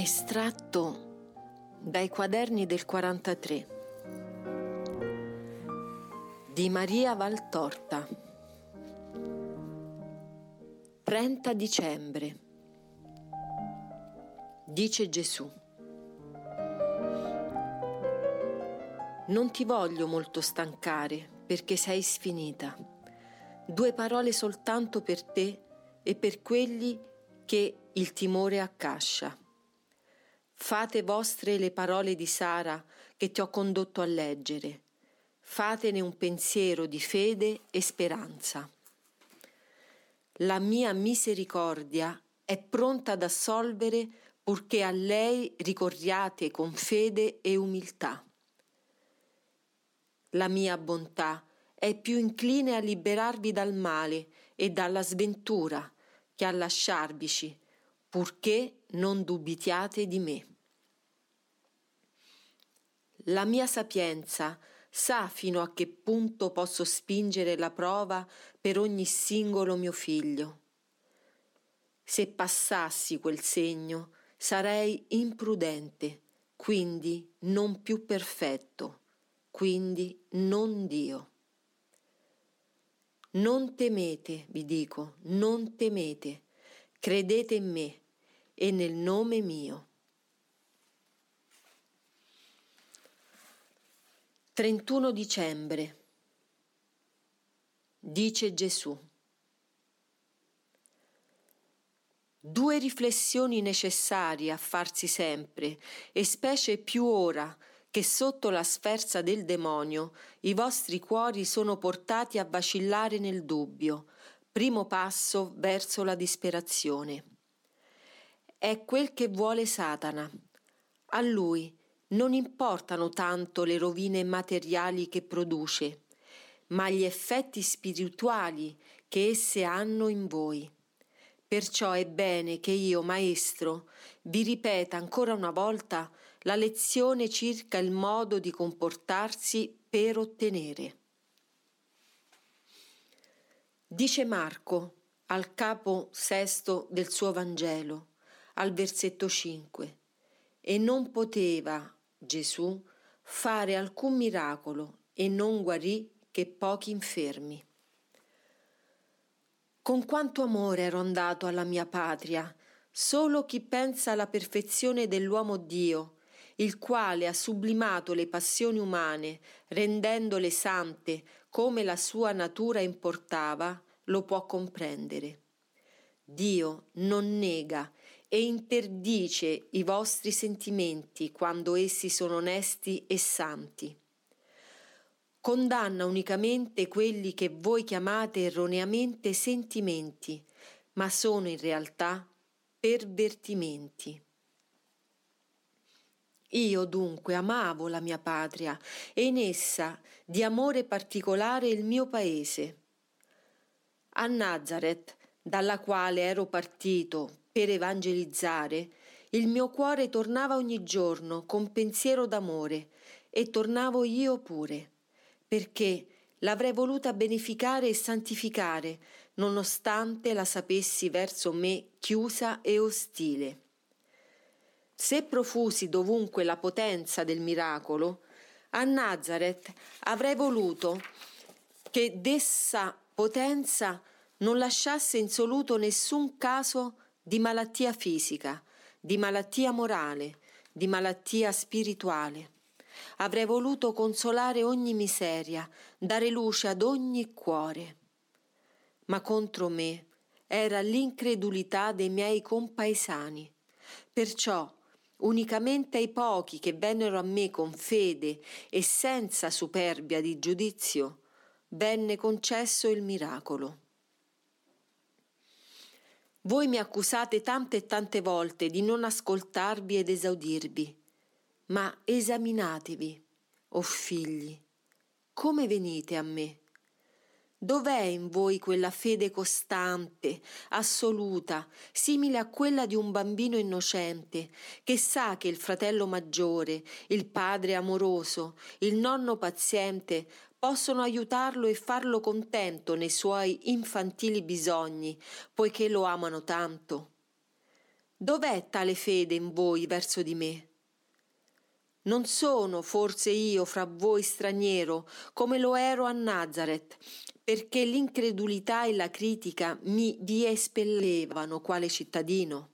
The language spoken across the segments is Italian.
Estratto dai quaderni del 43 di Maria Valtorta. 30 dicembre. Dice Gesù: non ti voglio molto stancare, perché sei sfinita. 2 parole soltanto per te e per quelli che il timore accascia. Fate vostre le parole di Sara che ti ho condotto a leggere. Fatene un pensiero di fede e speranza. La mia misericordia è pronta ad assolvere, purché a lei ricorriate con fede e umiltà. La mia bontà è più incline a liberarvi dal male e dalla sventura che a lasciarvici, purché non dubitiate di me. La mia sapienza sa fino a che punto posso spingere la prova per ogni singolo mio figlio. Se passassi quel segno, sarei imprudente, quindi non più perfetto, quindi non Dio. Non temete, vi dico, non temete, credete in me e nel nome mio. 31 dicembre. Dice Gesù: 2 riflessioni necessarie a farsi sempre, e specie più ora che sotto la sferza del demonio i vostri cuori sono portati a vacillare nel dubbio, primo passo verso la disperazione. È quel che vuole Satana. A lui non importano tanto le rovine materiali che produce, ma gli effetti spirituali che esse hanno in voi. Perciò è bene che io, Maestro, vi ripeta ancora una volta la lezione circa il modo di comportarsi per ottenere. Dice Marco al capo 6 del suo Vangelo, al versetto 5, e non poteva Gesù fare alcun miracolo e non guarì che pochi infermi. Con quanto amore ero andato alla mia patria, solo chi pensa alla perfezione dell'uomo Dio, il quale ha sublimato le passioni umane, rendendole sante come la sua natura importava, lo può comprendere. Dio non nega e interdice i vostri sentimenti quando essi sono onesti e santi. Condanna unicamente quelli che voi chiamate erroneamente sentimenti, ma sono in realtà pervertimenti. Io dunque amavo la mia patria e in essa di amore particolare il mio paese. A Nazareth, dalla quale ero partito per evangelizzare, il mio cuore tornava ogni giorno con pensiero d'amore e tornavo io pure, perché l'avrei voluta beneficare e santificare, nonostante la sapessi verso me chiusa e ostile. Se profusi dovunque la potenza del miracolo, a Nazareth avrei voluto che dessa potenza non lasciasse insoluto nessun caso di malattia fisica, di malattia morale, di malattia spirituale. Avrei voluto consolare ogni miseria, dare luce ad ogni cuore. Ma contro me era l'incredulità dei miei compaesani. Perciò, unicamente ai pochi che vennero a me con fede e senza superbia di giudizio, venne concesso il miracolo. Voi mi accusate tante e tante volte di non ascoltarvi ed esaudirvi, ma esaminatevi, o figli, come venite a me? Dov'è in voi quella fede costante, assoluta, simile a quella di un bambino innocente, che sa che il fratello maggiore, il padre amoroso, il nonno paziente possono aiutarlo e farlo contento nei suoi infantili bisogni, poiché lo amano tanto? Dov'è tale fede in voi verso di me? Non sono forse io fra voi straniero, come lo ero a Nazaret, perché l'incredulità e la critica vi espellevano quale cittadino?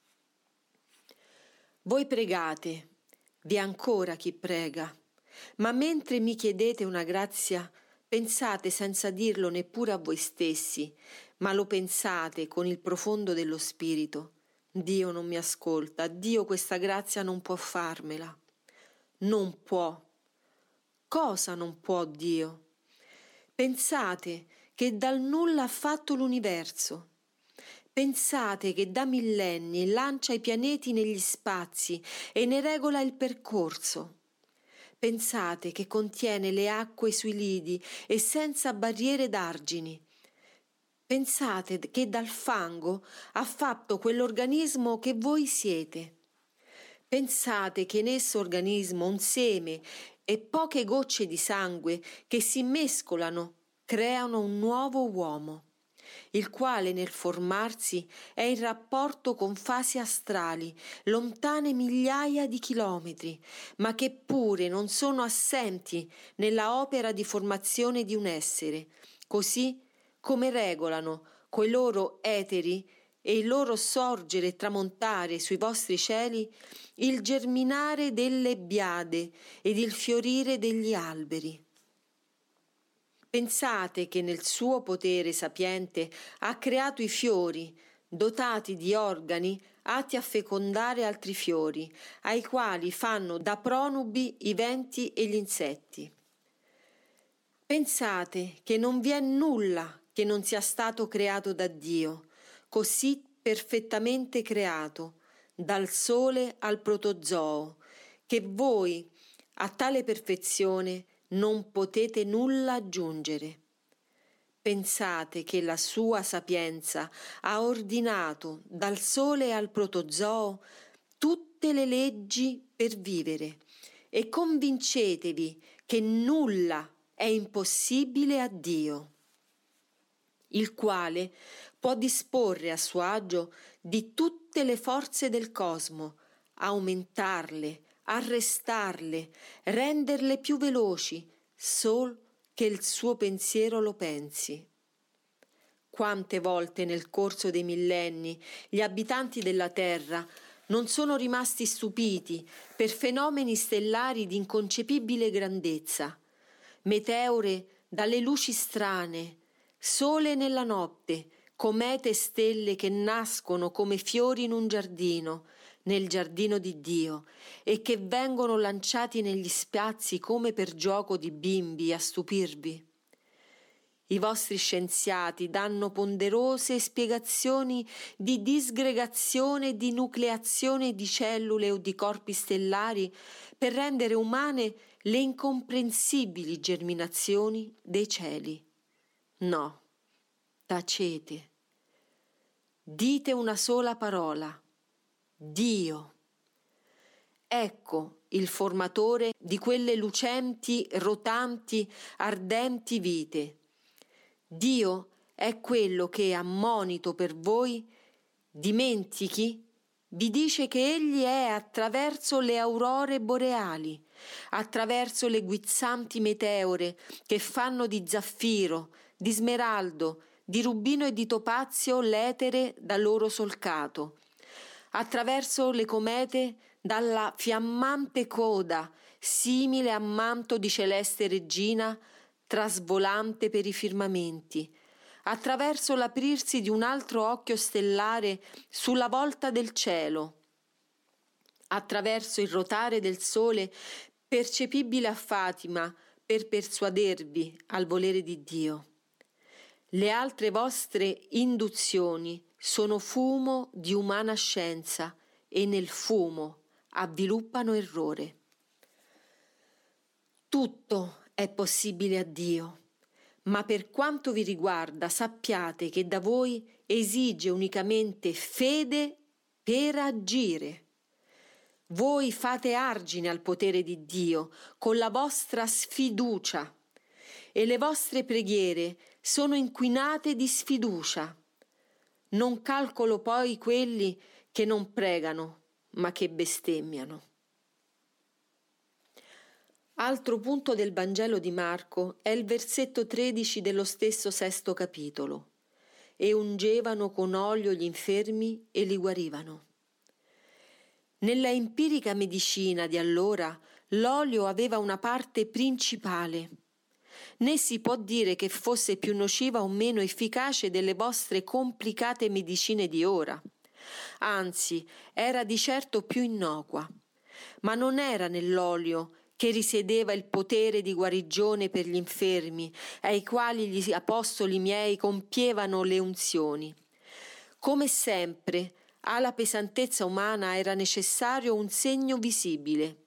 Voi pregate, vi è ancora chi prega, ma mentre mi chiedete una grazia, pensate senza dirlo neppure a voi stessi, ma lo pensate con il profondo dello spirito. Dio non mi ascolta, Dio questa grazia non può farmela. Non può. Cosa non può Dio? Pensate che dal nulla ha fatto l'universo. Pensate che da millenni lancia i pianeti negli spazi e ne regola il percorso. Pensate che contiene le acque sui lidi e senza barriere d'argini. Pensate che dal fango ha fatto quell'organismo che voi siete. Pensate che in esso organismo un seme e poche gocce di sangue che si mescolano creano un nuovo uomo, il quale nel formarsi è in rapporto con fasi astrali lontane migliaia di chilometri, ma che pure non sono assenti nella opera di formazione di un essere, così come regolano coi loro eteri e il loro sorgere e tramontare sui vostri cieli il germinare delle biade ed il fiorire degli alberi. Pensate che nel suo potere sapiente ha creato i fiori, dotati di organi atti a fecondare altri fiori, ai quali fanno da pronubi i venti e gli insetti. Pensate che non vi è nulla che non sia stato creato da Dio, così perfettamente creato, dal sole al protozoo, che voi a tale perfezione non potete nulla aggiungere. Pensate che la sua sapienza ha ordinato dal sole al protozoo tutte le leggi per vivere e convincetevi che nulla è impossibile a Dio, il quale può disporre a suo agio di tutte le forze del cosmo, aumentarle, arrestarle, renderle più veloci, sol che il suo pensiero lo pensi. Quante volte nel corso dei millenni gli abitanti della Terra non sono rimasti stupiti per fenomeni stellari di inconcepibile grandezza, meteore dalle luci strane, sole nella notte, comete e stelle che nascono come fiori in un giardino, nel giardino di Dio, e che vengono lanciati negli spazi come per gioco di bimbi a stupirvi. I vostri scienziati danno ponderose spiegazioni di disgregazione e di nucleazione di cellule o di corpi stellari per rendere umane le incomprensibili germinazioni dei cieli. No, tacete. Dite una sola parola: Dio. Ecco il formatore di quelle lucenti, rotanti, ardenti vite. Dio è quello che, ammonito per voi, dimentichi, vi dice che Egli è attraverso le aurore boreali, attraverso le guizzanti meteore che fanno di zaffiro, di smeraldo, di rubino e di topazio l'etere da loro solcato, attraverso le comete dalla fiammante coda, simile a manto di celeste regina, trasvolante per i firmamenti, attraverso l'aprirsi di un altro occhio stellare sulla volta del cielo, attraverso il rotare del sole percepibile a Fatima per persuadervi al volere di Dio. Le altre vostre induzioni sono fumo di umana scienza e nel fumo avviluppano errore. Tutto è possibile a Dio, ma per quanto vi riguarda sappiate che da voi esige unicamente fede per agire. Voi fate argine al potere di Dio con la vostra sfiducia e le vostre preghiere sono inquinate di sfiducia. Non calcolo poi quelli che non pregano, ma che bestemmiano. Altro punto del Vangelo di Marco è il versetto 13 dello stesso sesto capitolo. E ungevano con olio gli infermi e li guarivano. Nella empirica medicina di allora l'olio aveva una parte principale. Né si può dire che fosse più nociva o meno efficace delle vostre complicate medicine di ora. Anzi, era di certo più innocua. Ma non era nell'olio che risiedeva il potere di guarigione per gli infermi, ai quali gli apostoli miei compievano le unzioni. Come sempre, alla pesantezza umana era necessario un segno visibile.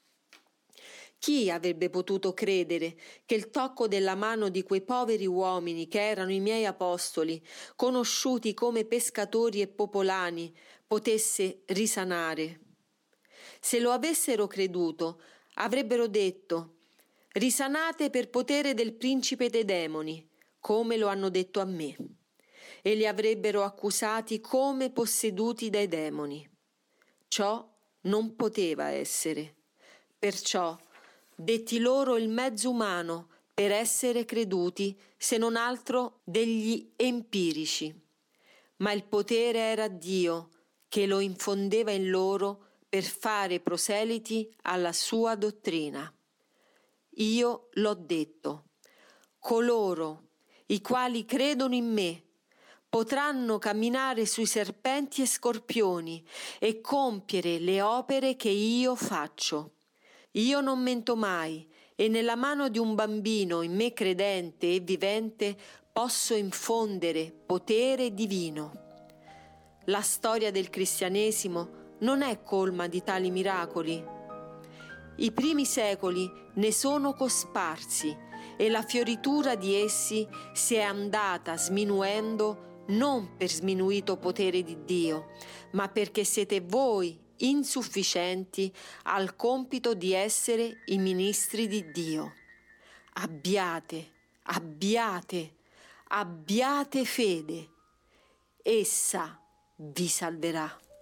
Chi avrebbe potuto credere che il tocco della mano di quei poveri uomini che erano i miei apostoli, conosciuti come pescatori e popolani, potesse risanare? Se lo avessero creduto, avrebbero detto: risanate per potere del principe dei demoni, come lo hanno detto a me, e li avrebbero accusati come posseduti dai demoni. Ciò non poteva essere. Perciò detti loro il mezzo umano per essere creduti, se non altro degli empirici. Ma il potere era Dio, che lo infondeva in loro per fare proseliti alla sua dottrina. Io l'ho detto: coloro i quali credono in me potranno camminare sui serpenti e scorpioni e compiere le opere che io faccio. Io non mento mai, e nella mano di un bambino in me credente e vivente posso infondere potere divino. La storia del cristianesimo non è colma di tali miracoli. I primi secoli ne sono cosparsi e la fioritura di essi si è andata sminuendo non per sminuito potere di Dio, ma perché siete voi insufficienti al compito di essere i ministri di Dio. Abbiate fede. Essa vi salverà.